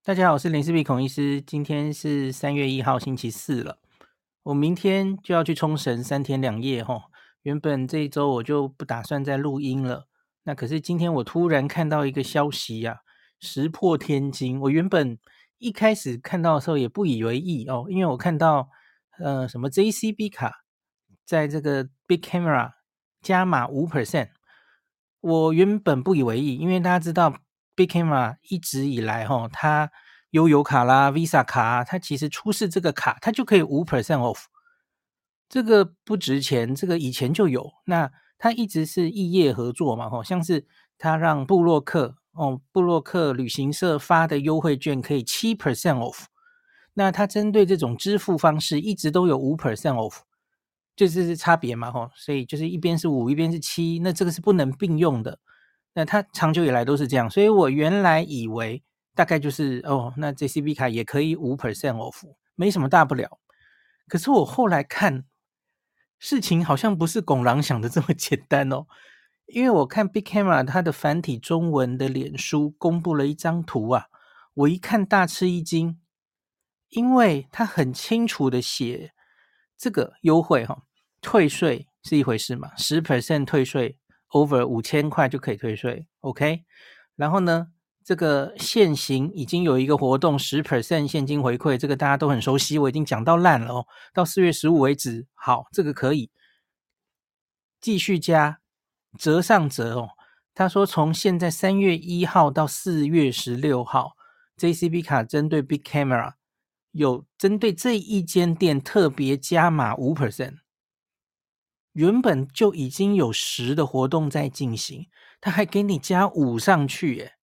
大家好，我是林氏璧孔医师。今天是3月1号，星期四了。我明天就要去冲绳3天2夜齁。原本这一周我就不打算再录音了。那可是今天我突然看到一个消息啊，石破天惊。我原本一开始看到的时候也不以为意哦，因为我看到什么 JCB 卡在这个 Big Camera 加码 5%。我原本不以为意，因为大家知道 Big Camera 一直以来它悠游卡啦 Visa 卡啊，它其实出示这个卡它就可以5% off。这个不值钱，这个以前就有。那它一直是异业合作嘛，像是它让布洛克旅行社发的优惠券可以7% off。那它针对这种支付方式一直都有5% off，就是差别嘛，所以就是一边是5，一边是7，那这个是不能并用的。那它长久以来都是这样，所以我原来以为大概就是那 JCB 卡也可以5% off，没什么大不了。可是我后来看，事情好像不是拱狼想的这么简单哦。因为我看 Big Camera 它的繁体中文的脸书公布了一张图啊，我一看大吃一惊，因为它很清楚的写这个优惠退税是一回事嘛，10% 退税 over 5000块就可以退税 ，OK。然后呢，这个现行已经有一个活动10% 现金回馈，这个大家都很熟悉，我已经讲到烂了哦。到4月15为止，好，这个可以继续加，折上折哦。他说从现在3月1号到4月16号 ，JCB 卡针对 Big Camera 有针对这一间店特别加码5%。原本就已经有10的活动在进行，他还给你加5上去耶。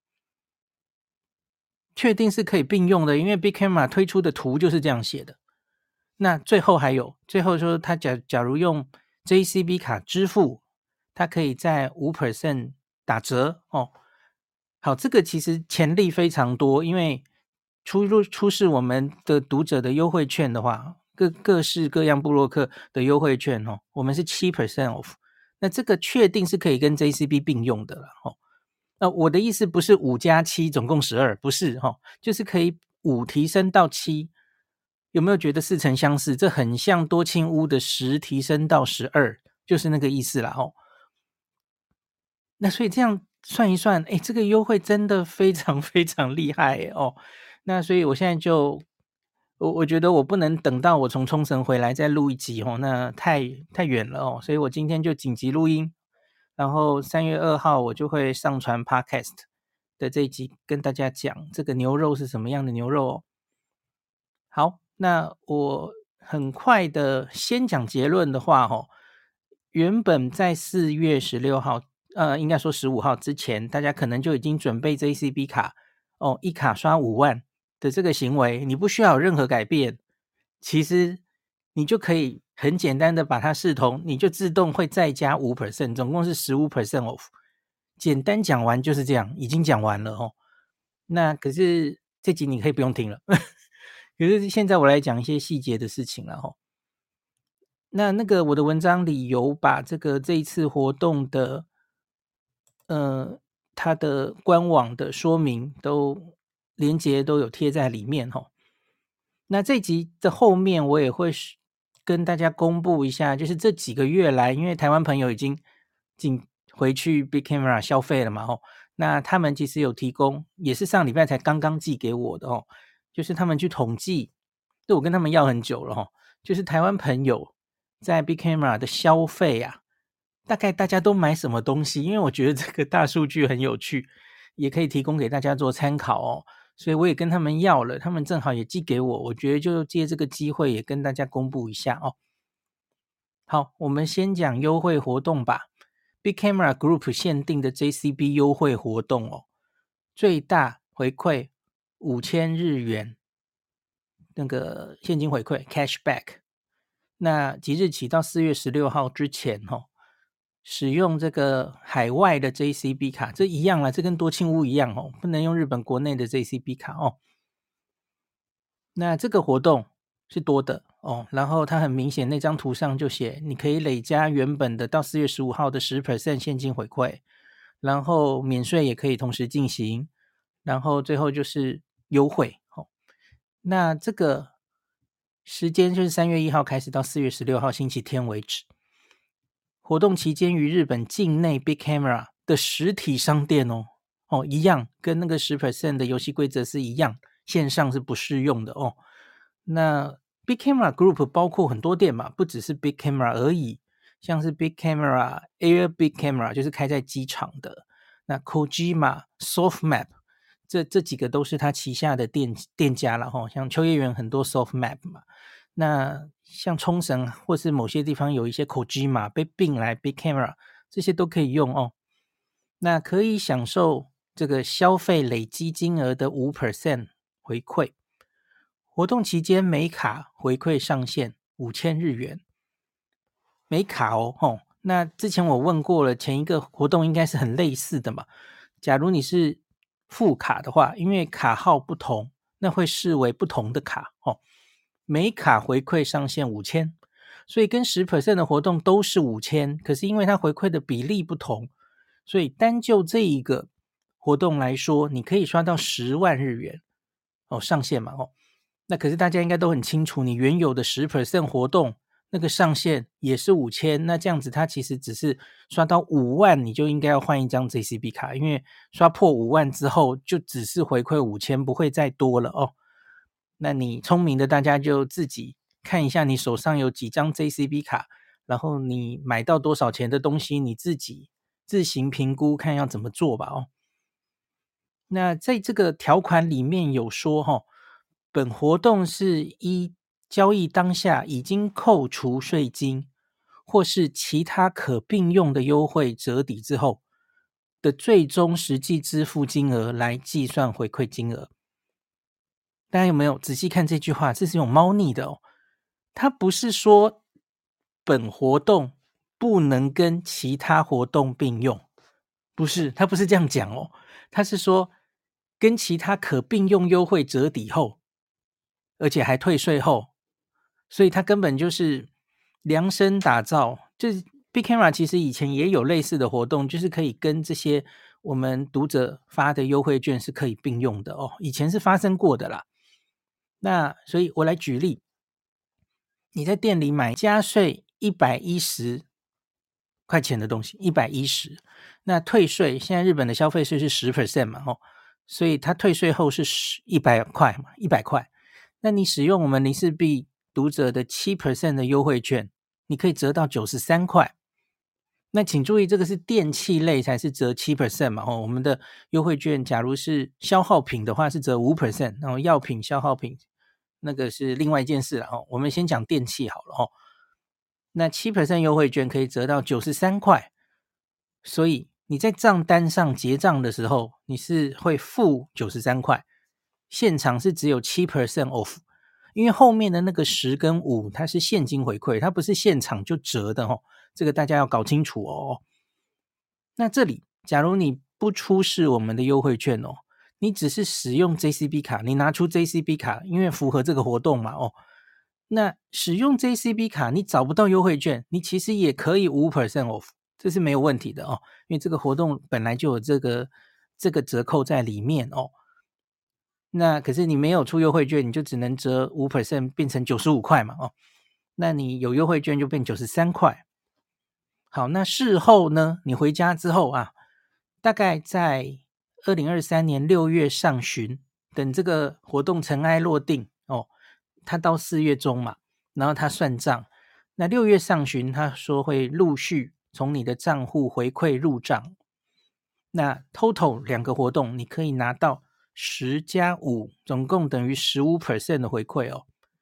确定是可以并用的，因为 Big Camera 推出的图就是这样写的。那最后最后说他假如用 JCB 卡支付，它可以在5% 打折哦。好，这个其实潜力非常多，因为出示我们的读者的优惠券的话，各式各样部落客的优惠券我们是7% off。那这个确定是可以跟 JCB 并用的了我的意思不是5+7总共12，不是就是可以5提升到7。有没有觉得似曾相识？这很像多庆屋的10提升到12，就是那个意思啦那所以这样算一算，这个优惠真的非常非常厉害那所以我现在我觉得我不能等到我从冲绳回来再录一集那太远了所以我今天就紧急录音，然后3月2号我就会上传 Podcast 的这一集，跟大家讲这个牛肉是什么样的牛肉好，那我很快的先讲结论的话原本在4月16号应该说15号之前，大家可能就已经准备 JCB 卡一卡刷5万的这个行为，你不需要有任何改变，其实你就可以很简单的把它视同，你就自动会再加5%，总共是15% off。简单讲完就是这样，已经讲完了那可是这集你可以不用听了可是现在我来讲一些细节的事情了那个我的文章里有把这一次活动的它的官网的说明连结都有贴在里面那这集的后面我也会跟大家公布一下，就是这几个月来，因为台湾朋友已经回去 Big Camera 消费了嘛那他们其实有提供，也是上礼拜才刚刚寄给我的就是他们去统计，对我跟他们要很久了就是台湾朋友在 Big Camera 的消费啊，大概大家都买什么东西？因为我觉得这个大数据很有趣，也可以提供给大家做参考所以我也跟他们要了，他们正好也寄给我，我觉得就借这个机会也跟大家公布一下好，我们先讲优惠活动吧。Big Camera Group 限定的 JCB 优惠活动最大回馈5000日元那个现金回馈 cashback。那即日起到4月16号之前使用这个海外的 JCB 卡，这一样啦，这跟多庆屋一样不能用日本国内的 JCB 卡那这个活动是多的然后它很明显那张图上就写，你可以累加原本的到4月15号的10% 现金回馈，然后免税也可以同时进行，然后最后就是优惠那这个时间就是3月1号开始到4月16号星期天为止。活动期间于日本境内 Big Camera 的实体商店一样跟那个 10% 的游戏规则是一样，线上是不适用的那 Big Camera Group 包括很多店嘛，不只是 Big Camera 而已，像是 Big Camera、Air Big Camera 就是开在机场的，那 Kojima、Softmap 这几个都是他旗下的店家啦像秋叶原很多 Softmap 嘛，那像冲绳或是某些地方有一些 Kojima 被并来 Big Camera， 这些都可以用那可以享受这个消费累积金额的 5% 回馈。活动期间每卡回馈上限5000日元，每卡那之前我问过了，前一个活动应该是很类似的嘛。假如你是副卡的话，因为卡号不同，那会视为不同的卡每卡回馈上限5000，所以跟 10% 的活动都是5000，可是因为它回馈的比例不同，所以单就这一个活动来说，你可以刷到10万日元上限嘛那可是大家应该都很清楚，你原有的 10% 活动那个上限也是5000，那这样子它其实只是刷到5万你就应该要换一张 JCB 卡，因为刷破5万之后就只是回馈5000，不会再多了那你聪明的大家就自己看一下你手上有几张 JCB 卡，然后你买到多少钱的东西，你自己自行评估看要怎么做吧那在这个条款里面有说本活动是依交易当下已经扣除税金或是其他可并用的优惠折抵之后的最终实际支付金额来计算回馈金额。大家有没有仔细看这句话？这是有猫腻的它不是说本活动不能跟其他活动并用，不是，它不是这样讲它是说跟其他可并用优惠折抵后，而且还退税后，所以它根本就是量身打造。就是 Big Camera 其实以前也有类似的活动，就是可以跟这些我们读者发的优惠券是可以并用的以前是发生过的啦。那所以我来举例，你在店里买加税110块钱的东西，110，那退税，现在日本的消费税是 10% 嘛所以它退税后是100块嘛，100块。那你使用我们林氏璧读者的 7% 的优惠券，你可以折到93块。那请注意，这个是电器类才是折 7% 嘛我们的优惠券假如是消耗品的话是折 5%， 然后药品消耗品那个是另外一件事了我们先讲电器好了那 7% 优惠券可以折到93块，所以你在账单上结账的时候，你是会付93块，现场是只有 7% off， 因为后面的那个10跟5它是现金回馈，它不是现场就折的这个大家要搞清楚那这里假如你不出示我们的优惠券你只是使用 JCB 卡，你拿出 JCB 卡，因为符合这个活动嘛那使用 JCB 卡你找不到优惠券，你其实也可以 5% off， 这是没有问题的因为这个活动本来就有这个折扣在里面那可是你没有出优惠券，你就只能折 5% 变成95块嘛那你有优惠券就变93块。好，那事后呢，你回家之后大概在2023年6月上旬，等这个活动尘埃落定他到4月中嘛，然后他算账，那6月上旬他说会陆续从你的账户回馈入账，那 total 2个活动你可以拿到10加5，总共等于 15% 的回馈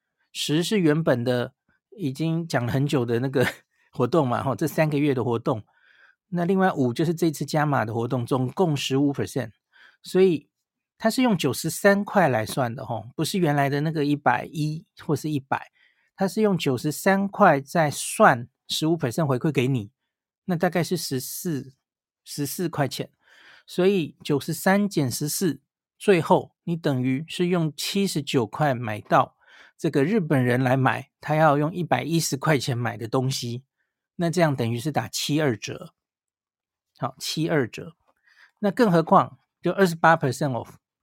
10是原本的已经讲了很久的那个活动嘛这3个月的活动，那另外5就是这次加码的活动，总共 15%， 所以它是用93块来算的不是原来的那个110或是100，它是用93块再算 15% 回馈给你，那大概是14块钱，所以93减14，最后你等于是用79块买到这个日本人来买他要用110块钱买的东西，那这样等于是打72折。好，72折，那更何况就 28% off，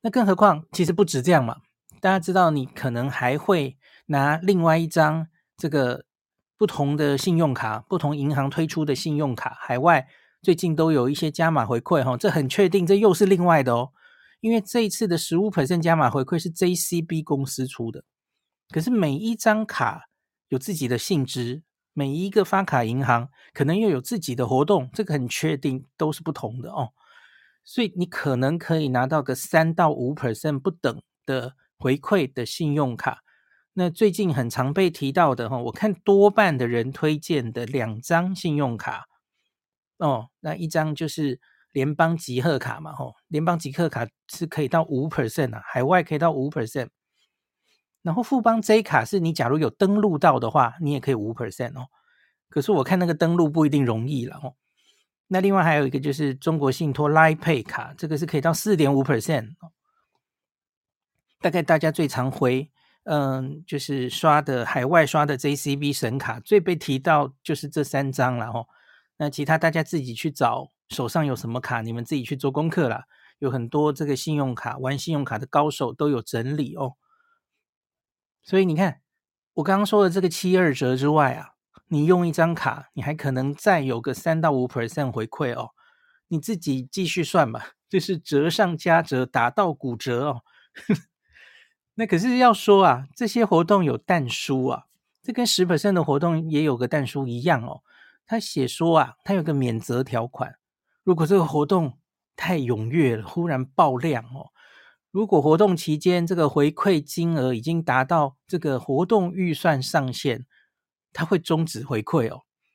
那更何况其实不止这样嘛，大家知道你可能还会拿另外一张这个不同的信用卡，不同银行推出的信用卡，海外最近都有一些加码回馈这很确定，这又是另外的哦。因为这一次的 15% 加码回馈是 JCB 公司出的，可是每一张卡有自己的性质，每一个发卡银行可能又有自己的活动，这个很确定都是不同的哦。所以你可能可以拿到个3到5% 不等的回馈的信用卡。那最近很常被提到的我看多半的人推荐的2张信用卡那一张就是联邦集贺卡嘛联邦集贺卡是可以到 5% 啊，海外可以到 5%。然后富邦 J 卡是你假如有登录到的话，你也可以 5% 哦。可是我看那个登录不一定容易了那另外还有一个就是中国信托 Line Pay 卡，这个是可以到 4.5%。大概大家最常回就是海外刷的 JCB 神卡，最被提到就是这3张了那其他大家自己去找手上有什么卡，你们自己去做功课啦。有很多这个信用卡玩信用卡的高手都有整理所以你看我刚刚说的这个72折之外啊，你用一张卡你还可能再有个3到5% 回馈你自己继续算吧，就是折上加折打到骨折那可是要说啊，这些活动有但书啊，这跟10% 的活动也有个但书一样他写说啊，他有个免责条款，如果这个活动太踊跃了，忽然爆量如果活动期间这个回馈金额已经达到这个活动预算上限，他会终止回馈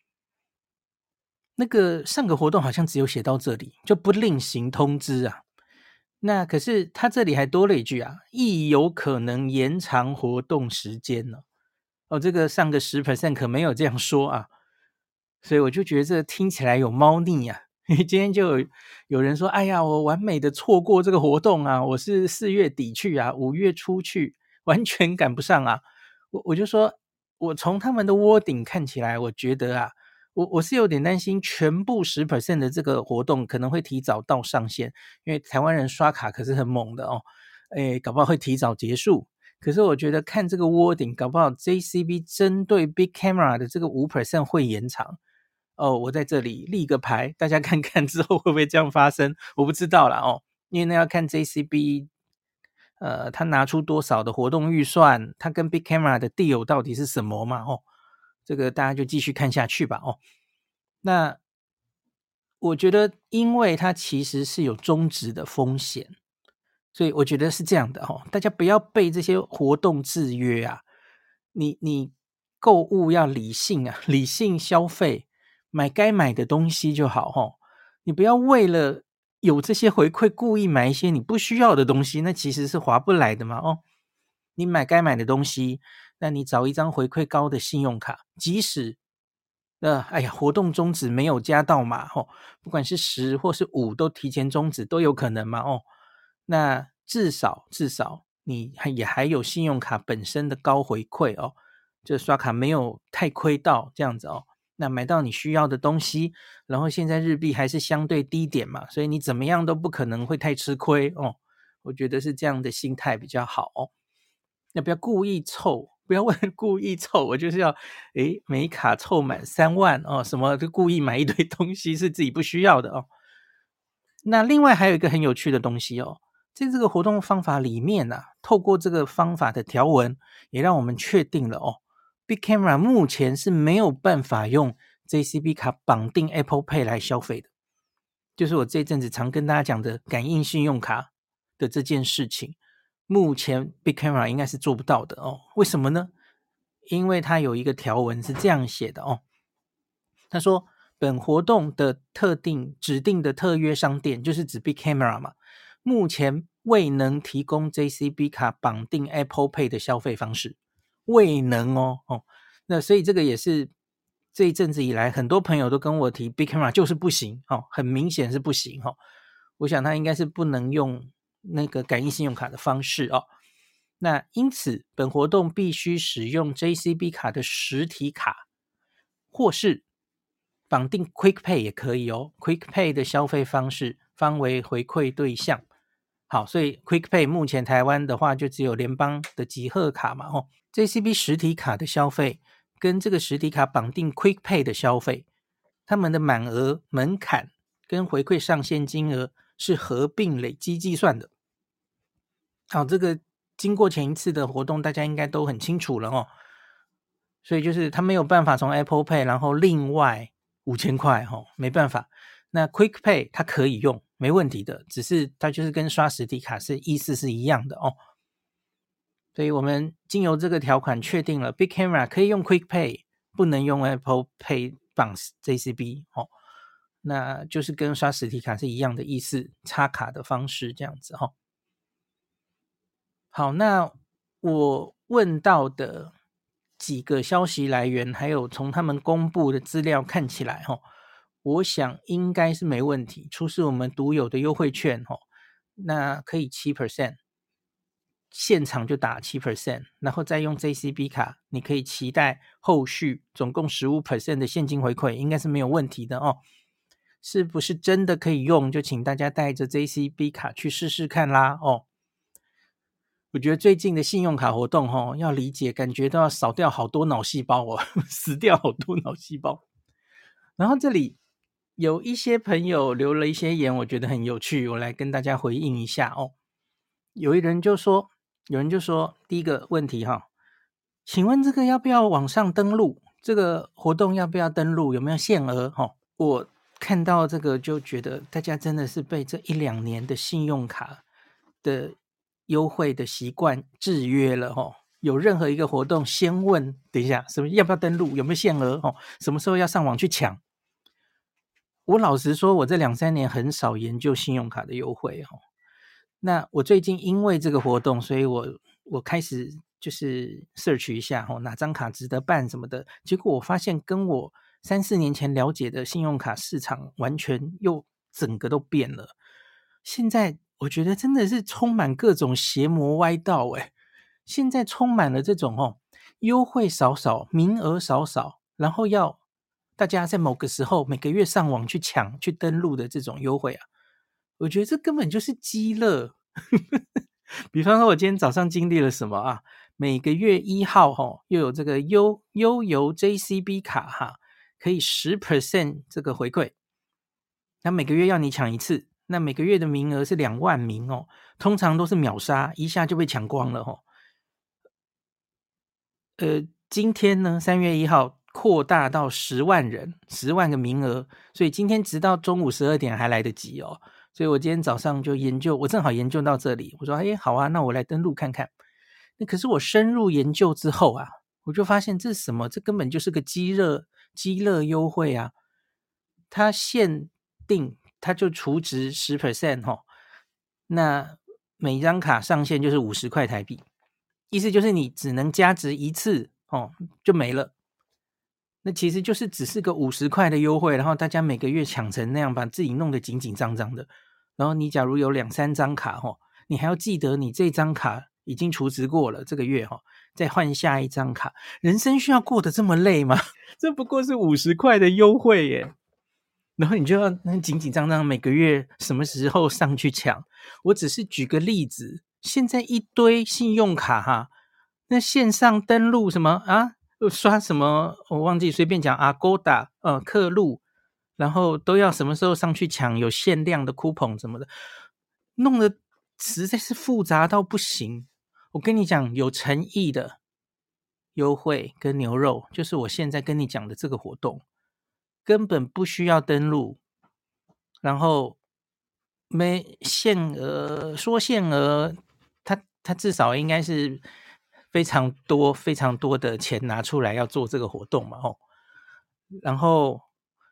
那个上个活动好像只有写到这里，就不另行通知啊。那可是他这里还多了一句啊，亦有可能延长活动时间呢。这个上个10% 可没有这样说啊，所以我就觉得这听起来有猫腻啊。今天就有人说，哎呀，我完美的错过这个活动啊，我是4月底去啊，5月初去，完全赶不上啊。我就说，我从他们的窝顶看起来，我觉得啊，我是有点担心全部10% 的这个活动可能会提早到上限，因为台湾人刷卡可是很猛的搞不好会提早结束。可是我觉得看这个窝顶，搞不好 JCB 针对 Big Camera 的这个 5% 会延长我在这里立个牌，大家看看之后会不会这样发生，我不知道啦因为那要看 JCB他拿出多少的活动预算，他跟 Big Camera 的 deal 到底是什么嘛这个大家就继续看下去吧那我觉得因为它其实是有终止的风险，所以我觉得是这样的大家不要被这些活动制约啊，你购物要理性啊，理性消费，买该买的东西就好你不要为了有这些回馈故意买一些你不需要的东西，那其实是划不来的嘛你买该买的东西，那你找一张回馈高的信用卡，即使哎呀，活动终止没有加到码不管是10或是5都提前终止都有可能嘛那至少你也还有信用卡本身的高回馈就刷卡没有太亏到这样子那买到你需要的东西，然后现在日币还是相对低点嘛，所以你怎么样都不可能会太吃亏我觉得是这样的心态比较好那不要故意凑，不要为了故意凑，我就是要每卡凑满3万什么就故意买一堆东西是自己不需要的那另外还有一个很有趣的东西在这个活动方法里面透过这个方法的条文，也让我们确定了Big Camera 目前是没有办法用 JCB 卡绑定 Apple Pay 来消费的，就是我这阵子常跟大家讲的感应信用卡的这件事情，目前 Big Camera 应该是做不到的为什么呢？因为它有一个条文是这样写的他说本活动的指定的特约商店，就是指 Big Camera 嘛，目前未能提供 JCB 卡绑定 Apple Pay 的消费方式，未能那所以这个也是这一阵子以来很多朋友都跟我提 Big Camera 就是不行很明显是不行我想他应该是不能用那个感应信用卡的方式那因此本活动必须使用 JCB 卡的实体卡，或是绑定 Quick Pay 也可以Quick Pay 的消费方式方为回馈对象好，所以 QuickPay 目前台湾的话就只有联邦的集贺卡嘛JCB 实体卡的消费跟这个实体卡绑定 QuickPay 的消费，他们的满额门槛跟回馈上限金额是合并累积计算的。好，这个经过前一次的活动大家应该都很清楚了所以就是他没有办法从 Apple Pay 然后另外5000块没办法。那 Quick Pay 它可以用，没问题的，只是它就是跟刷实体卡意思是一样的所以我们经由这个条款确定了 Big Camera 可以用 Quick Pay， 不能用 Apple Pay Bounce JCB那就是跟刷实体卡是一样的意思，插卡的方式这样子好，那我问到的几个消息来源，还有从他们公布的资料看起来我想应该是没问题，出示我们独有的优惠券那可以 7%， 现场就打 7%， 然后再用 JCB 卡，你可以期待后续总共 15% 的现金回馈，应该是没有问题的是不是真的可以用，就请大家带着 JCB 卡去试试看啦我觉得最近的信用卡活动要理解，感觉都要扫掉好多脑细胞死掉好多脑细胞。然后这里有一些朋友留了一些言，我觉得很有趣，我来跟大家回应一下有人就说第一个问题请问这个要不要网上登录？这个活动要不要登录？有没有限额我看到这个就觉得大家真的是被这1-2年的信用卡的优惠的习惯制约了有任何一个活动先问等一下什么要不要登录，有没有限额什么时候要上网去抢。我老实说我这2-3年很少研究信用卡的优惠那我最近因为这个活动，所以我开始就是 search 一下哪张卡值得办什么的，结果我发现跟我3-4年前了解的信用卡市场完全又整个都变了。现在我觉得真的是充满各种邪魔歪道现在充满了这种优惠少少，名额少少，然后要大家在某个时候每个月上网去抢去登录的这种优惠我觉得这根本就是鸡肋比方说我今天早上经历了什么每个月1号又有这个悠游 JCB 卡可以 10% 这个回馈，那每个月要你抢一次，那每个月的名额是2万名通常都是秒杀，一下就被抢光了今天呢3月1号扩大到10万人，10万个名额，所以今天直到中午12点还来得及所以我今天早上就研究，我正好研究到这里，我说好啊，那我来登录看看。那可是我深入研究之后我就发现这是什么？这根本就是个鸡肋优惠它限定它就储值 10% 那每张卡上限就是50块台币，意思就是你只能加值一次就没了。那其实就是只是个50块的优惠，然后大家每个月抢成那样，把自己弄得紧紧张张的。然后你假如有2-3张卡你还要记得你这张卡已经储值过了，这个月再换下一张卡。人生需要过得这么累吗？这不过是50块的优惠耶。然后你就要紧紧张张每个月什么时候上去抢。我只是举个例子，现在一堆信用卡那线上登录什么刷什么我忘记，随便讲Agoda 客路，然后都要什么时候上去抢，有限量的 coupon 什么的，弄得实在是复杂到不行。我跟你讲，有诚意的优惠跟牛肉就是我现在跟你讲的这个活动，根本不需要登录，然后没限额，说限额它至少应该是非常多的钱拿出来要做这个活动嘛然后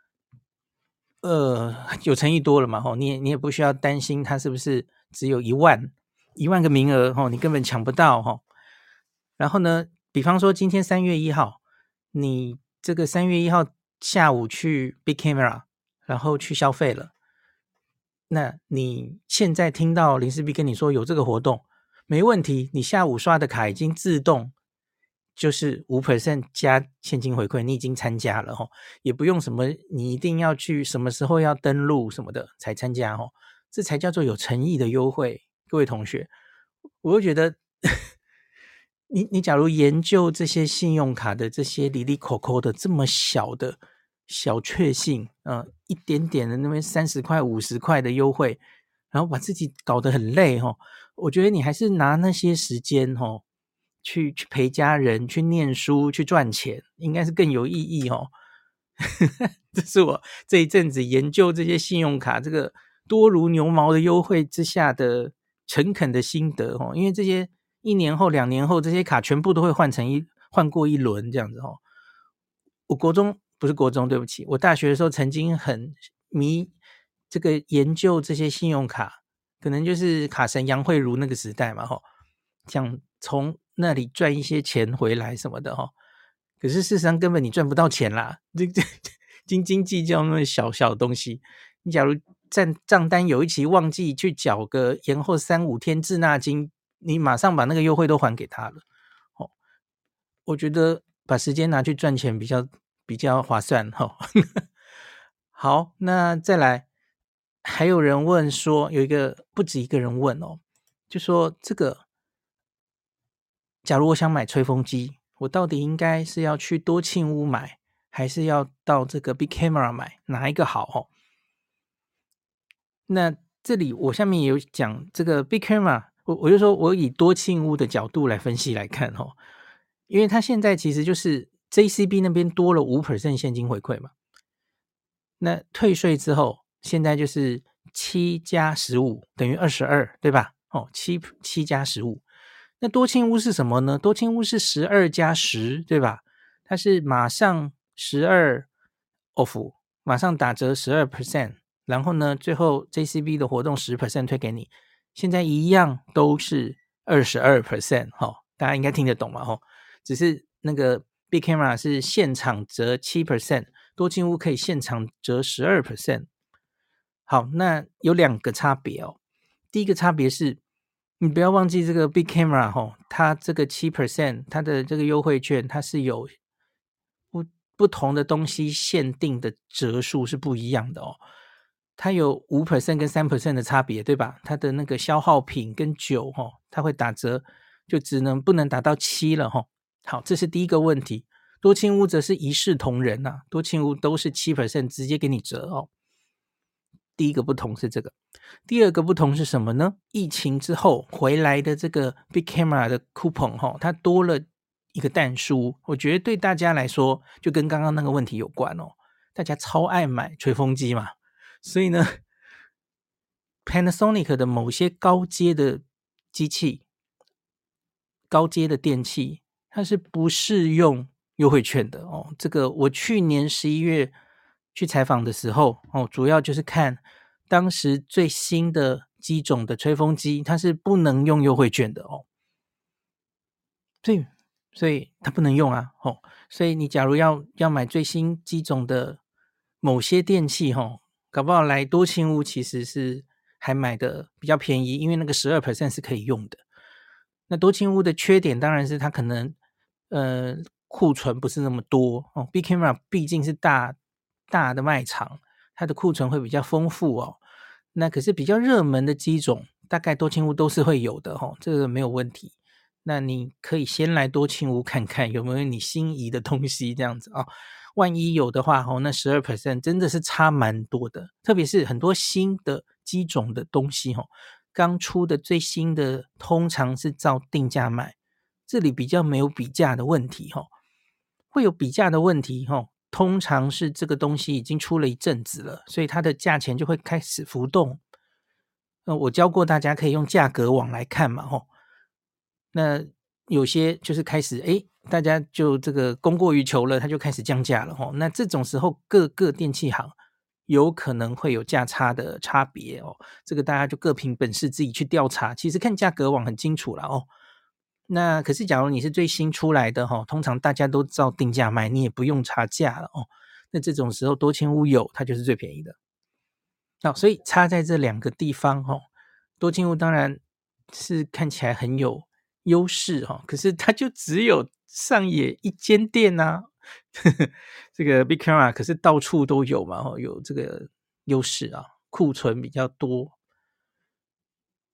有诚意多了嘛你也不需要担心它是不是只有1万个名额你根本抢不到然后呢，比方说今天3月1号，你这个3月1号下午去 Big Camera， 然后去消费了，那你现在听到林氏璧跟你说有这个活动，没问题，你下午刷的卡已经自动就是 5% 加现金回馈，你已经参加了也不用什么你一定要去什么时候要登录什么的才参加这才叫做有诚意的优惠， 各位同学，我会觉得你假如研究这些信用卡的这些里里口口的这么小的小确幸，一点点的那边30块50块的优惠，然后把自己搞得很累我觉得你还是拿那些时间去陪家人，去念书，去赚钱，应该是更有意义这是我这一阵子研究这些信用卡这个多如牛毛的优惠之下的诚恳的心得因为这些1年后2年后这些卡全部都会换过一轮这样子我不是国中，对不起，我大学的时候曾经很迷这个研究这些信用卡，可能就是卡神杨慧茹那个时代嘛想从那里赚一些钱回来什么的可是事实上根本你赚不到钱啦，这斤斤计较那么小小的东西，你假如账单有一期忘记去缴个延后3-5天滞纳金，你马上把那个优惠都还给他了我觉得把时间拿去赚钱比较划算好，那再来还有人问说，不止一个人问就说这个假如我想买吹风机，我到底应该是要去多庆屋买，还是要到这个 Big Camera 买，哪一个好那这里我下面也有讲这个 Big Camera， 我就说我以多庆屋的角度来分析来看因为它现在其实就是 JCB 那边多了 5% 现金回馈嘛，那退税之后现在就是7加15等于22，对吧7加15，那多庆屋是什么呢？多庆屋是12加10，对吧？它是马上12 off， 马上打折 12%， 然后呢最后 JCB 的活动 10% 退给你，现在一样都是 22%， 大家应该听得懂嘛只是那个 Big Camera 是现场折 7%， 多庆屋可以现场折 12%。 好，那有2个差别第一个差别是你不要忘记这个 Big Camera 它这个 7% 它的这个优惠券它是有不同的东西限定的折数是不一样的它有 5% 跟 3% 的差别，对吧？它的那个消耗品跟酒它会打折，就不能达到7了好，这是第一个问题。多庆屋则是一视同仁多庆屋都是 7% 直接给你折第一个不同是这个。第二个不同是什么呢？疫情之后回来的这个 Big Camera 的 coupon 它多了一个弹书，我觉得对大家来说就跟刚刚那个问题有关大家超爱买吹风机嘛，所以呢 Panasonic 的某些高阶的机器、高阶的电器它是不适用优惠券的这个我去年11月去采访的时候主要就是看当时最新的机种的吹风机，它是不能用优惠券的所以它不能用所以你假如要买最新机种的某些电器搞不好来多庆屋其实是还买的比较便宜，因为那个 12% 是可以用的。那多庆屋的缺点当然是它可能库存不是那么多Big Camera 毕竟是大的卖场，它的库存会比较丰富那可是比较热门的机种大概多庆屋都是会有的这个没有问题。那你可以先来多庆屋看看有没有你心仪的东西这样子万一有的话那 12% 真的是差蛮多的，特别是很多新的机种的东西刚出的最新的通常是照定价卖，这里比较没有比价的问题会有比价的问题通常是这个东西已经出了一阵子了，所以它的价钱就会开始浮动。我教过大家可以用价格网来看嘛那有些就是开始大家就这个供过于求了，它就开始降价了那这种时候各个电器行有可能会有价差的差别这个大家就各凭本事自己去调查，其实看价格网很清楚了那可是假如你是最新出来的通常大家都照定价卖，你也不用查价了那这种时候多庆屋有它就是最便宜的所以差在这2个地方多庆屋当然是看起来很有优势可是它就只有上野一间店这个 Big Camera 可是到处都有嘛有这个优势库存比较多。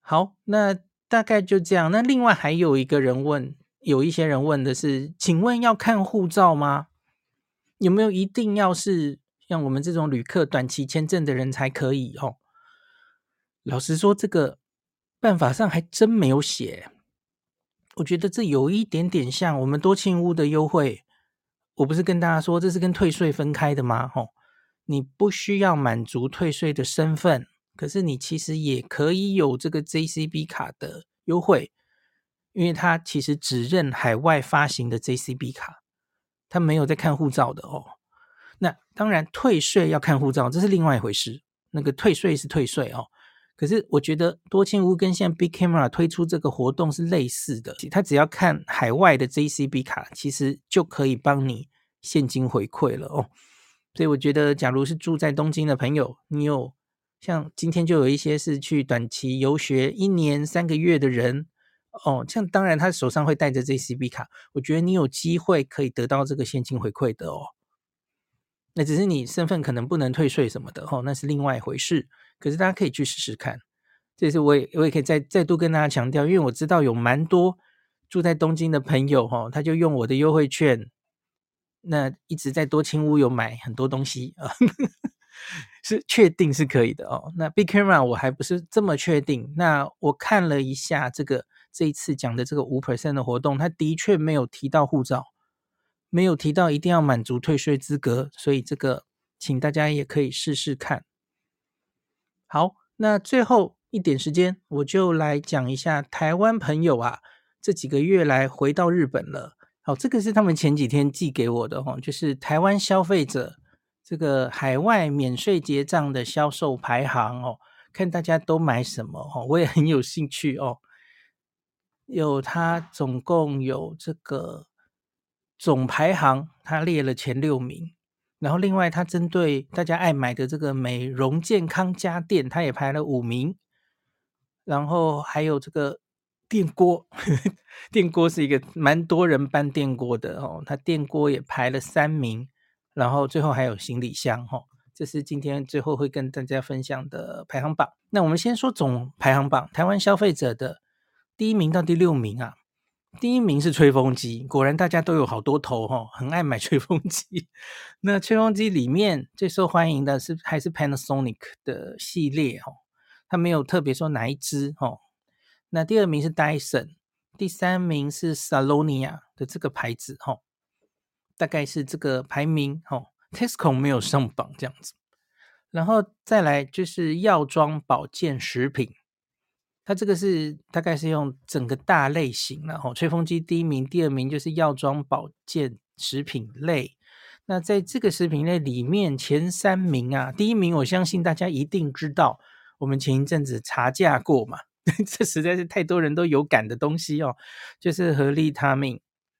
好，那大概就这样。那另外还有一些人问的是，请问要看护照吗？有没有一定要是像我们这种旅客短期签证的人才可以哦？老实说，这个办法上还真没有写。我觉得这有一点点像我们多庆屋的优惠。我不是跟大家说这是跟退税分开的吗？你不需要满足退税的身份，可是你其实也可以有这个 JCB 卡的优惠，因为它其实只认海外发行的 JCB 卡，它没有在看护照的哦。那当然退税要看护照，这是另外一回事，那个退税是退税哦。可是我觉得多庆屋跟现在 Big Camera 推出这个活动是类似的，它只要看海外的 JCB 卡，其实就可以帮你现金回馈了哦。所以我觉得假如是住在东京的朋友，你有像今天就有一些是去短期游学1年3个月的人哦，像当然他手上会带着 JCB 卡，我觉得你有机会可以得到这个现金回馈的哦。那只是你身份可能不能退税什么的哦，那是另外一回事。可是大家可以去试试看，这是我也可以再度跟大家强调，因为我知道有蛮多住在东京的朋友哦，他就用我的优惠券，那一直在多清屋有买很多东西啊，是确定是可以的哦。那 Big Camera 我还不是这么确定，那我看了一下这一次讲的这个5% 的活动，它的确没有提到护照。没有提到一定要满足退税资格，所以这个请大家也可以试试看。好，那最后一点时间，我就来讲一下台湾朋友啊，这几个月来回到日本了。好，这个是他们前几天寄给我的哦，就是台湾消费者这个海外免税结账的销售排行哦，看大家都买什么哦，我也很有兴趣哦。它总共有这个总排行，它列了前6名，然后另外它针对大家爱买的这个美容健康家电，它也排了5名，然后还有这个电锅，电锅是一个蛮多人搬电锅的哦，它电锅也排了3名，然后最后还有行李箱哦，这是今天最后会跟大家分享的排行榜。那我们先说总排行榜，台湾消费者的第1名到第6名啊，第1名是吹风机，果然大家都有好多头哦，很爱买吹风机。那吹风机里面最受欢迎的还是 Panasonic 的系列哦，它没有特别说哪一支哦。那第2名是 Dyson， 第3名是 Salonia 的这个牌子哦，大概是这个排名哦。Tesco 没有上榜这样子，然后再来就是药妆保健食品。它这个是大概是用整个大类型然后吹风机第1名，第2名就是药妆保健食品类。那在这个食品类里面，前3名啊，第1名我相信大家一定知道，我们前一阵子查价过嘛，这实在是太多人都有感的东西哦，就是合利他命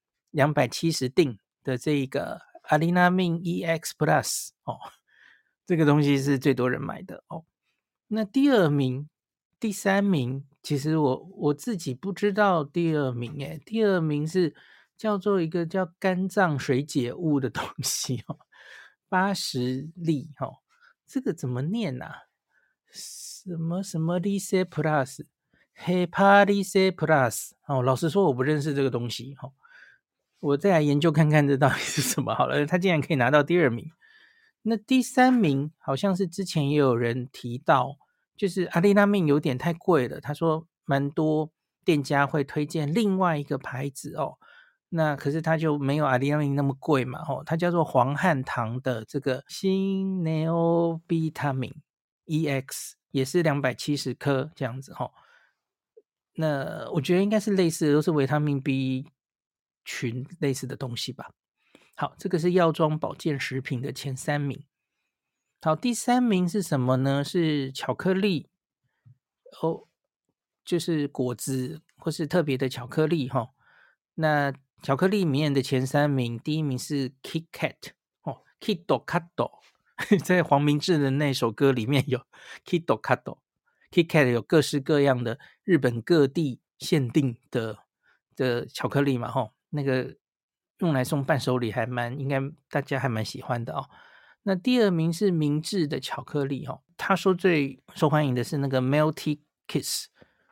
270锭的这个阿利那命 EX Plus 哦，这个东西是最多人买的哦。那第2名、第3名，其实我自己不知道第2名诶，第2名是叫做一个叫肝脏水解物的东西哦，80粒哦，这个怎么念啊？什么什么 Lice Plus、Hepalice Plus 哦，老实说我不认识这个东西哦，我再来研究看看这到底是什么好了。它竟然可以拿到第2名，那第3名好像是之前也有人提到，就是阿利那命有点太贵了，他说蛮多店家会推荐另外一个牌子哦，那可是它就没有阿利那命那么贵嘛哦，它叫做黄汉堂的这个新 Neovitamin EX， 也是270颗这样子哦。那我觉得应该是类似的，都是维他命 B 群类似的东西吧。好，这个是药妆保健食品的前3名。好，第3名是什么呢？是巧克力哦，就是果汁或是特别的巧克力哈。那巧克力里面的前3名，第1名是 KitKat 哦，Kito Kato，在黄明志的那首歌里面有 Kito Kato，KitKat 有各式各样的日本各地限定的巧克力嘛哈，那个用来送伴手礼应该大家还蛮喜欢的哦。那第2名是明治的巧克力哦，他说最受欢迎的是那个 Melty Kiss，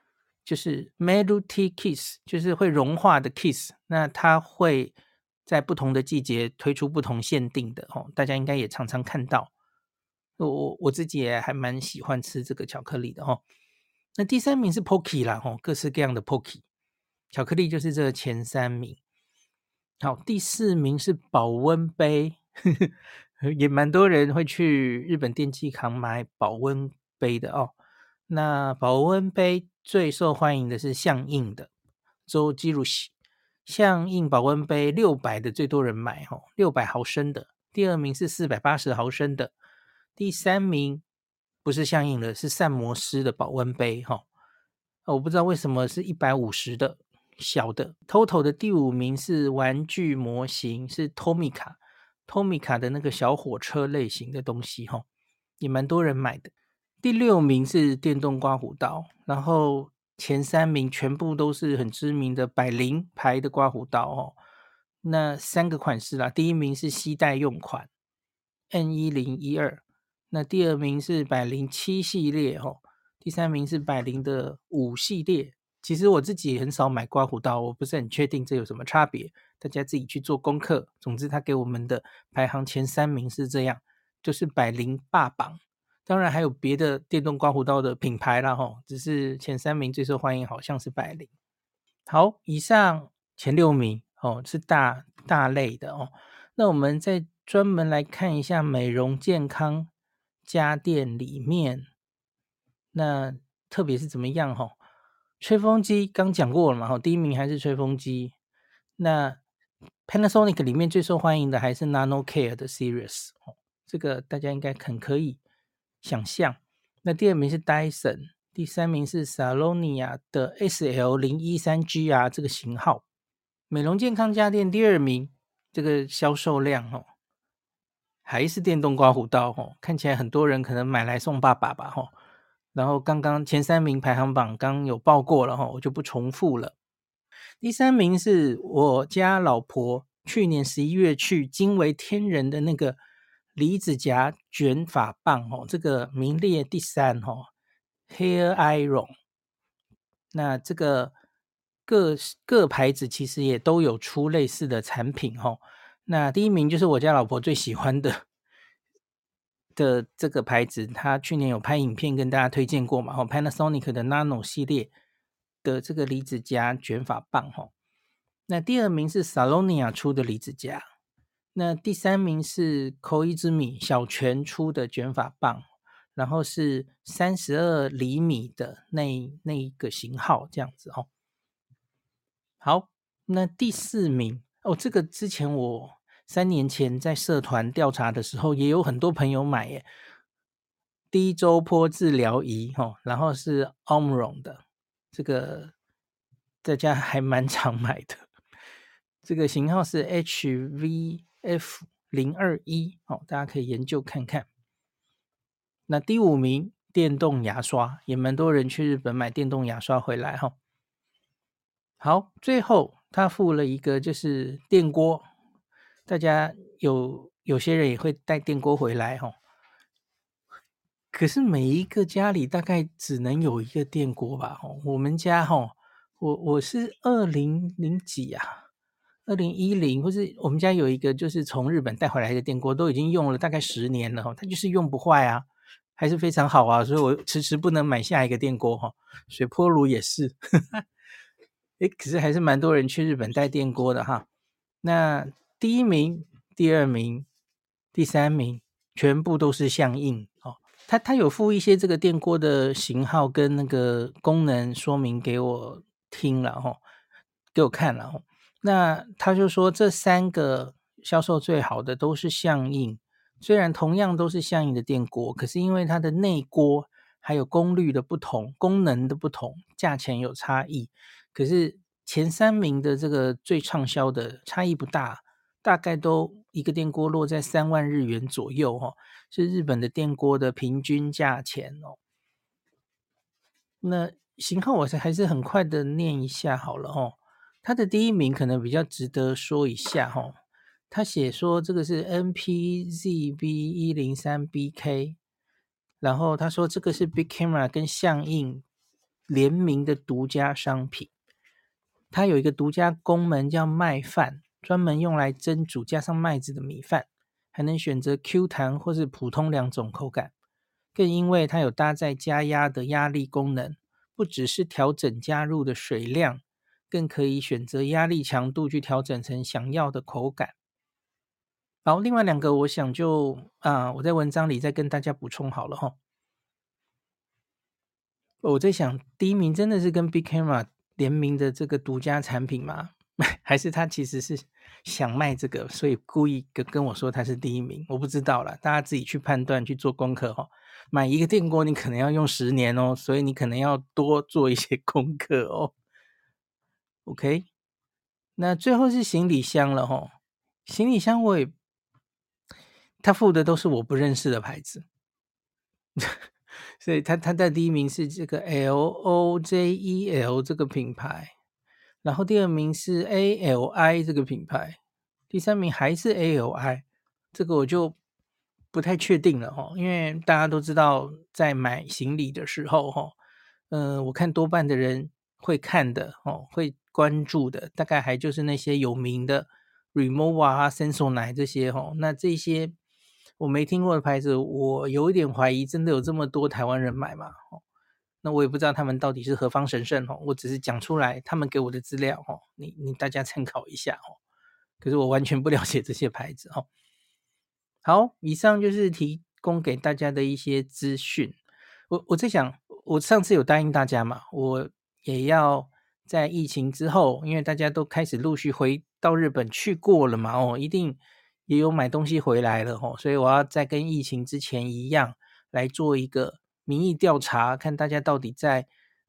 就是 Melty Kiss， 就是会融化的 Kiss， 那它会在不同的季节推出不同限定的大家应该也常常看到。我自己也还蛮喜欢吃这个巧克力的那第3名是 Pocky 啦各式各样的 Pocky 巧克力就是这前3名。好，第4名是保温杯也蛮多人会去日本电器行买保温杯的那保温杯最受欢迎的是象印的周基鲁西，象印保温杯600的最多人买600毫升的。第2名是480毫升的。第3名不是象印的，是膳魔师的保温杯我不知道为什么是150的小的。Total 的第5名是玩具模型，是 Tomica 的那个小火车类型的东西也蛮多人买的。第6名是电动刮胡刀，然后前3名全部都是很知名的百灵牌的刮胡刀那3个款式啦，第1名是携带用款 N1012，那第2名是百灵7系列第3名是百灵的5系列。其实我自己也很少买刮胡刀，我不是很确定这有什么差别，大家自己去做功课。总之他给我们的排行前3名是这样，就是百灵霸榜。当然还有别的电动刮胡刀的品牌啦只是前3名最受欢迎好像是百灵。好，以上前6名是大类的那我们再专门来看一下美容健康家电里面，那特别是怎么样吹风机刚讲过了嘛第1名还是吹风机。那 Panasonic 里面最受欢迎的还是 NanoCare 的 Series 这个大家应该很可以想象。那第2名是 Dyson， 第3名是 Salonia 的 SL013GR 这个型号。美容健康家电第2名这个销售量还是电动刮胡刀看起来很多人可能买来送爸爸吧然后刚刚前3名排行榜刚有报过了我就不重复了。第3名是我家老婆去年11月去惊为天人的那个离子夹卷发棒这个名列第3Hair Iron。那这个各牌子其实也都有出类似的产品那第1名就是我家老婆最喜欢的这个牌子，他去年有拍影片跟大家推荐过嘛Panasonic 的 Nano 系列的这个离子夹卷发棒那第2名是 Salonia 出的离子夹，那第3名是 Koizumi 小泉出的卷发棒，然后是32厘米的那一个型号这样子好，那第4名这个之前我3年前在社团调查的时候也有很多朋友买耶，低周波治疗仪然后是 Omron 的，这个大家还蛮常买的。这个型号是 HVF021大家可以研究看看。那第5名电动牙刷，也蛮多人去日本买电动牙刷回来好，最后他附了一个就是电锅，大家有些人也会带电锅回来可是每一个家里大概只能有一个电锅吧我们家我是2000几啊2010，或是我们家有一个就是从日本带回来的电锅，都已经用了大概10年了它就是用不坏啊，还是非常好啊，所以我迟迟不能买下一个电锅水波炉也是可是还是蛮多人去日本带电锅的那第1名第2名第3名全部都是象印它有附一些这个电锅的型号跟那个功能说明给我听了给我看了那他就说这3个销售最好的都是象印，虽然同样都是象印的电锅，可是因为它的内锅还有功率的不同，功能的不同，价钱有差异。可是前3名的这个最畅销的差异不大，大概都一个电锅落在3万日元左右是日本的电锅的平均价钱那型号我还是很快的念一下好了它的第1名可能比较值得说一下他写说这个是 NPZB103BK， 然后他说这个是 Big Camera 跟象印联名的独家商品。它有一个独家功能叫麦饭，专门用来蒸煮加上麦子的米饭，还能选择 Q 弹或是普通两种口感。更因为它有搭载加压的压力功能，不只是调整加入的水量，更可以选择压力强度去调整成想要的口感。好，另外两个我想就我在文章里再跟大家补充好了齁。我在想，第一名真的是跟 Big Camera 联名的这个独家产品吗？还是他其实是想卖这个，所以故意跟我说他是第一名？我不知道啦，大家自己去判断，去做功课齁。买一个电锅你可能要用10年哦，所以你可能要多做一些功课哦。OK， 那最后是行李箱了齁。行李箱他附的都是我不认识的牌子。所以他的第一名是这个 LOJEL 这个品牌，然后第二名是 ALI 这个品牌，第三名还是 ALI， 这个我就不太确定了齁。因为大家都知道在买行李的时候齁，我看多半的人会看的齁，会关注的大概还就是那些有名的 Rimowa 啊 Sensodyne 这些齁。那这些我没听过的牌子，我有一点怀疑真的有这么多台湾人买吗？那我也不知道他们到底是何方神圣哦，我只是讲出来他们给我的资料哦，你大家参考一下哦。可是我完全不了解这些牌子哦。好，以上就是提供给大家的一些资讯。我在想，我上次有答应大家嘛，我也要在疫情之后，因为大家都开始陆续回到日本去过了嘛，哦，一定也有买东西回来了哦，所以我要再跟疫情之前一样来做一个民意调查，看大家到底在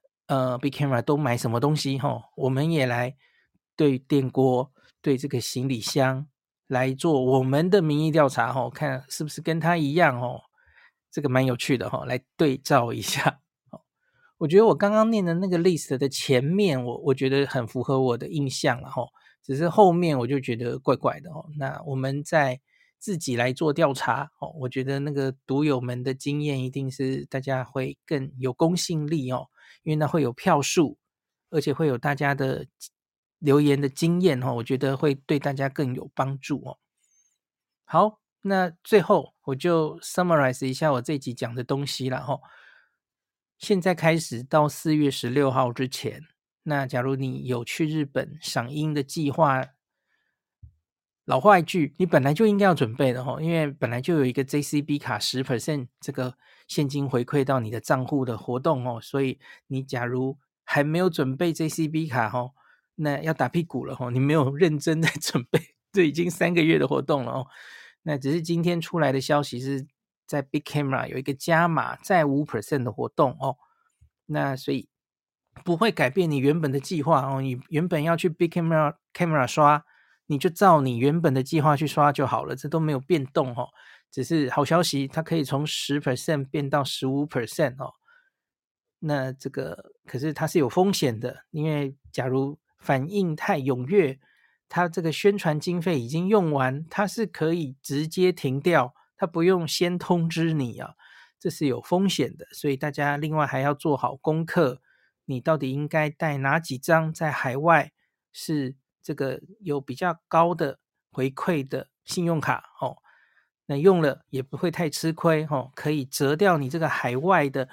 Big Camera 都买什么东西哈，我们也来对电锅、对这个行李箱来做我们的民意调查哈，看是不是跟他一样哦，这个蛮有趣的哈，来对照一下。我觉得我刚刚念的那个 list 的前面，我觉得很符合我的印象了哈，只是后面我就觉得怪怪的哦。那我们再自己来做调查哦，我觉得那个读友们的经验一定是大家会更有公信力哦，因为那会有票数，而且会有大家的留言的经验哦，我觉得会对大家更有帮助哦。好，那最后我就 summarize 一下我这集讲的东西了哈。现在开始到4月16号之前，那假如你有去日本赏樱的计划，老话一句，你本来就应该要准备的哈，因为本来就有一个 JCB 卡10% 这个现金回馈到你的账户的活动哦，所以你假如还没有准备 JCB 卡哈，那要打屁股了哈，你没有认真在准备，这已经3个月的活动了哦。那只是今天出来的消息是在 Big Camera 有一个加码再5% 的活动哦，那所以不会改变你原本的计划哦，你原本要去 Big Camera 刷。你就照你原本的计划去刷就好了，这都没有变动哦。只是好消息，它可以从10% 变到15%哦。那这个可是它是有风险的，因为假如反应太踊跃，它这个宣传经费已经用完，它是可以直接停掉，它不用先通知你啊，这是有风险的。所以大家另外还要做好功课，你到底应该带哪几张在海外是这个有比较高的回馈的信用卡哦，那用了也不会太吃亏哦，可以折掉你这个海外的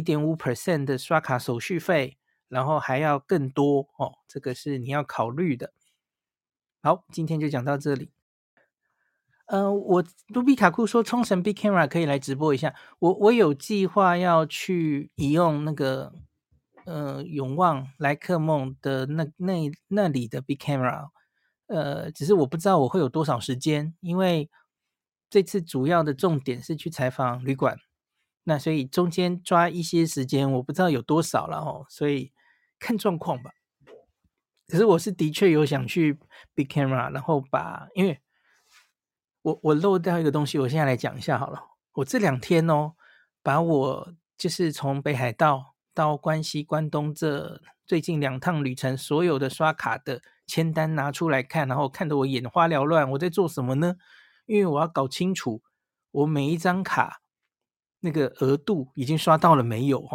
1.5% 的刷卡手续费，然后还要更多哦，这个是你要考虑的。好，今天就讲到这里。我卢比卡库说冲绳 Big Camera 可以来直播一下，我有计划要去移用那个永旺莱克梦的那里的 Big Camera，只是我不知道我会有多少时间，因为这次主要的重点是去采访旅馆，那所以中间抓一些时间，我不知道有多少了哦，所以看状况吧。可是我是的确有想去 Big Camera，然后因为我漏掉一个东西，我现在来讲一下好了。我这2天哦，把我就是从北海道到关西、关东这最近2趟旅程所有的刷卡的签单拿出来看，然后看得我眼花缭乱。我在做什么呢？因为我要搞清楚我每一张卡那个额度已经刷到了没有哦。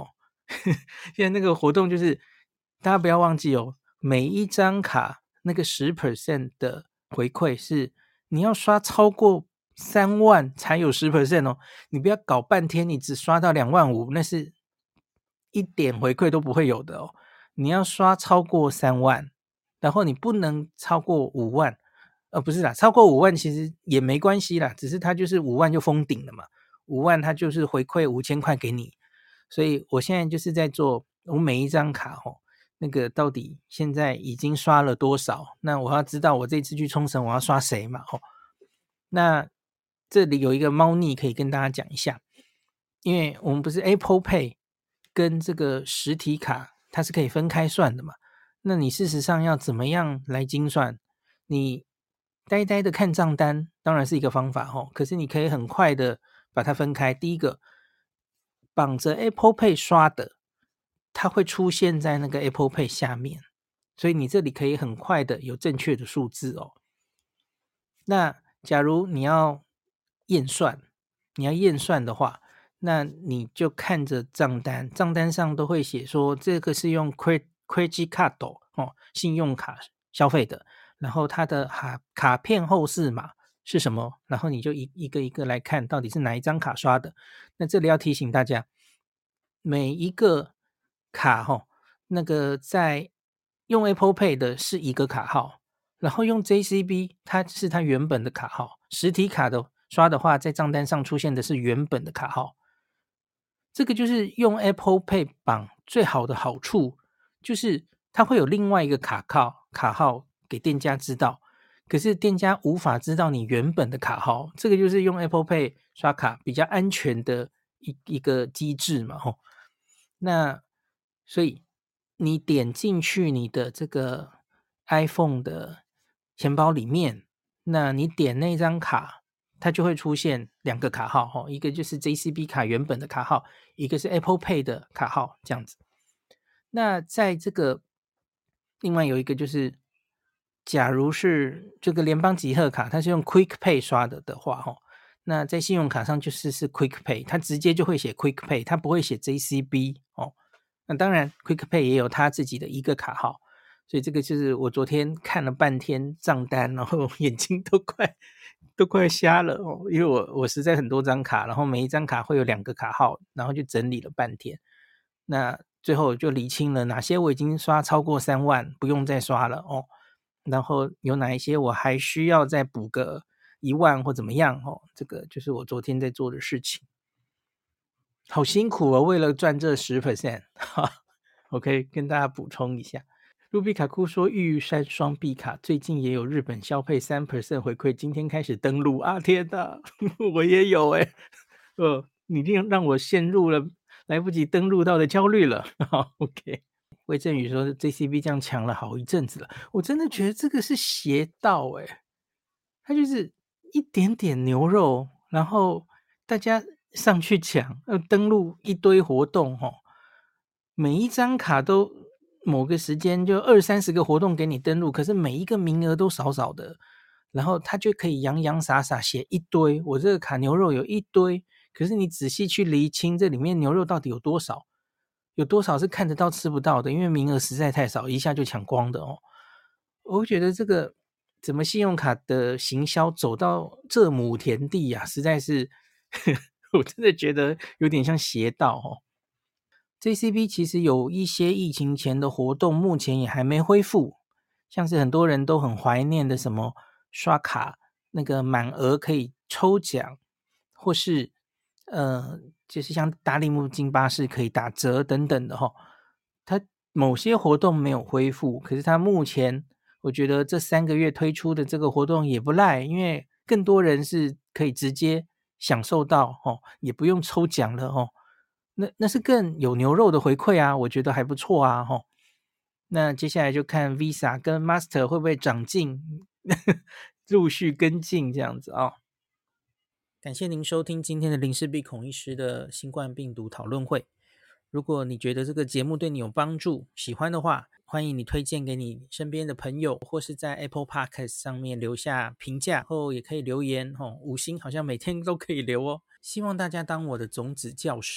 现在那个活动就是大家不要忘记哦，每一张卡那个10% 的回馈是你要刷超过3万才有10% 哦，你不要搞半天你只刷到2.5万，那是一点回馈都不会有的哦。你要刷超过3万，然后你不能超过5万，不是啦，超过5万其实也没关系啦，只是它就是5万就封顶了嘛，5万它就是回馈5000块给你，所以我现在就是在做我每一张卡哦，那个到底现在已经刷了多少？那我要知道我这次去冲绳我要刷谁嘛？哦，那这里有一个猫腻可以跟大家讲一下，因为我们不是 Apple Pay 跟这个实体卡它是可以分开算的嘛？那你事实上要怎么样来精算？你呆呆的看账单当然是一个方法哦，可是你可以很快的把它分开。第一个，绑着 Apple Pay 刷的，它会出现在那个 Apple Pay 下面，所以你这里可以很快的有正确的数字哦。那假如你要验算，你要验算的话，那你就看着账单，账单上都会写说这个是用 credit card 哦，信用卡消费的，然后它的卡片后四码是什么，然后你就一个一个来看到底是哪一张卡刷的。那这里要提醒大家，每一个卡那个在用 Apple Pay 的是一个卡号，然后用 JCB 它是它原本的卡号，实体卡的刷的话，在账单上出现的是原本的卡号。这个就是用 Apple Pay 绑最好的好处，就是它会有另外一个卡号给店家知道，可是店家无法知道你原本的卡号，这个就是用 Apple Pay 刷卡比较安全的一个机制嘛，那所以你点进去你的这个 iPhone 的钱包里面，那你点那张卡，它就会出现两个卡号一个就是 JCB 卡原本的卡号，一个是 Apple Pay 的卡号，这样子。那在这个另外有一个就是，假如是这个联邦集贺卡，它是用 Quick Pay 刷的话，那在信用卡上就是 Quick Pay，它直接就会写 Quick Pay，它不会写 JCB 哦。那当然 Quick Pay 也有它自己的一个卡号，所以这个就是我昨天看了半天账单，然后眼睛都快瞎了哦，因为我实在很多张卡，然后每一张卡会有2个卡号，然后就整理了半天。那最后就理清了哪些我已经刷超过3万，不用再刷了哦。然后有哪一些我还需要再补个1万或怎么样哦？这个就是我昨天在做的事情，好辛苦哦，为了赚这10%。我可以跟大家补充一下。卢比卡库说，玉山双币卡最近也有日本消费3% 回馈，今天开始登录啊！天哪，我也有哎，你让我陷入了来不及登录到的焦虑了。好，OK。魏振宇说 JCB 这样抢了好一阵子了，我真的觉得这个是邪道哎，它就是一点点牛肉，然后大家上去抢，登录一堆活动每一张卡都某个时间就20-30个活动给你登录，可是每一个名额都少少的，然后他就可以洋洋洒洒写一堆，我这个卡牛肉有一堆，可是你仔细去厘清这里面牛肉到底有多少，有多少是看得到吃不到的，因为名额实在太少，一下就抢光的哦。我觉得这个怎么信用卡的行销走到这亩田地啊，实在是我真的觉得有点像邪道哦。JCB 其实有一些疫情前的活动，目前也还没恢复，像是很多人都很怀念的什么刷卡那个满额可以抽奖，或是就是像达利木金巴士可以打折等等的它某些活动没有恢复，可是它目前我觉得这3个月推出的这个活动也不赖，因为更多人是可以直接享受到也不用抽奖了那是更有牛肉的回馈啊，我觉得还不错啊那接下来就看 Visa 跟 Master 会不会长进，陆续跟进这样子感谢您收听今天的林氏璧孔医师的新冠病毒讨论会。如果你觉得这个节目对你有帮助，喜欢的话，欢迎你推荐给你身边的朋友，或是在 Apple Podcast 上面留下评价，后也可以留言5星好像每天都可以留哦。希望大家当我的种子教师，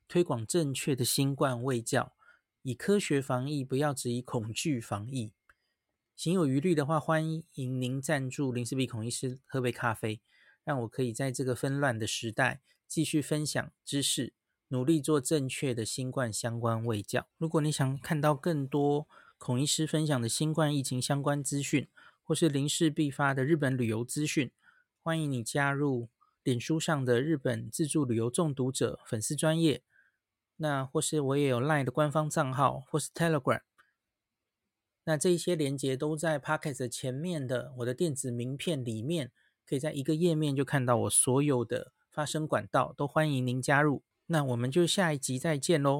推广正确的新冠卫教，以科学防疫，不要只以恐惧防疫。行有余力的话，欢迎您赞助林氏璧孔医师喝杯咖啡，让我可以在这个纷乱的时代继续分享知识，努力做正确的新冠相关卫教。如果你想看到更多孔医师分享的新冠疫情相关资讯，或是林氏璧发的日本旅游资讯，欢迎你加入脸书上的日本自助旅游中毒者粉丝专页，那或是我也有 LINE 的官方账号，或是 Telegram。那这一些连结都在 Podcast 前面的我的电子名片里面，可以在一个页面就看到我所有的发声管道，都欢迎您加入。那我们就下一集再见咯。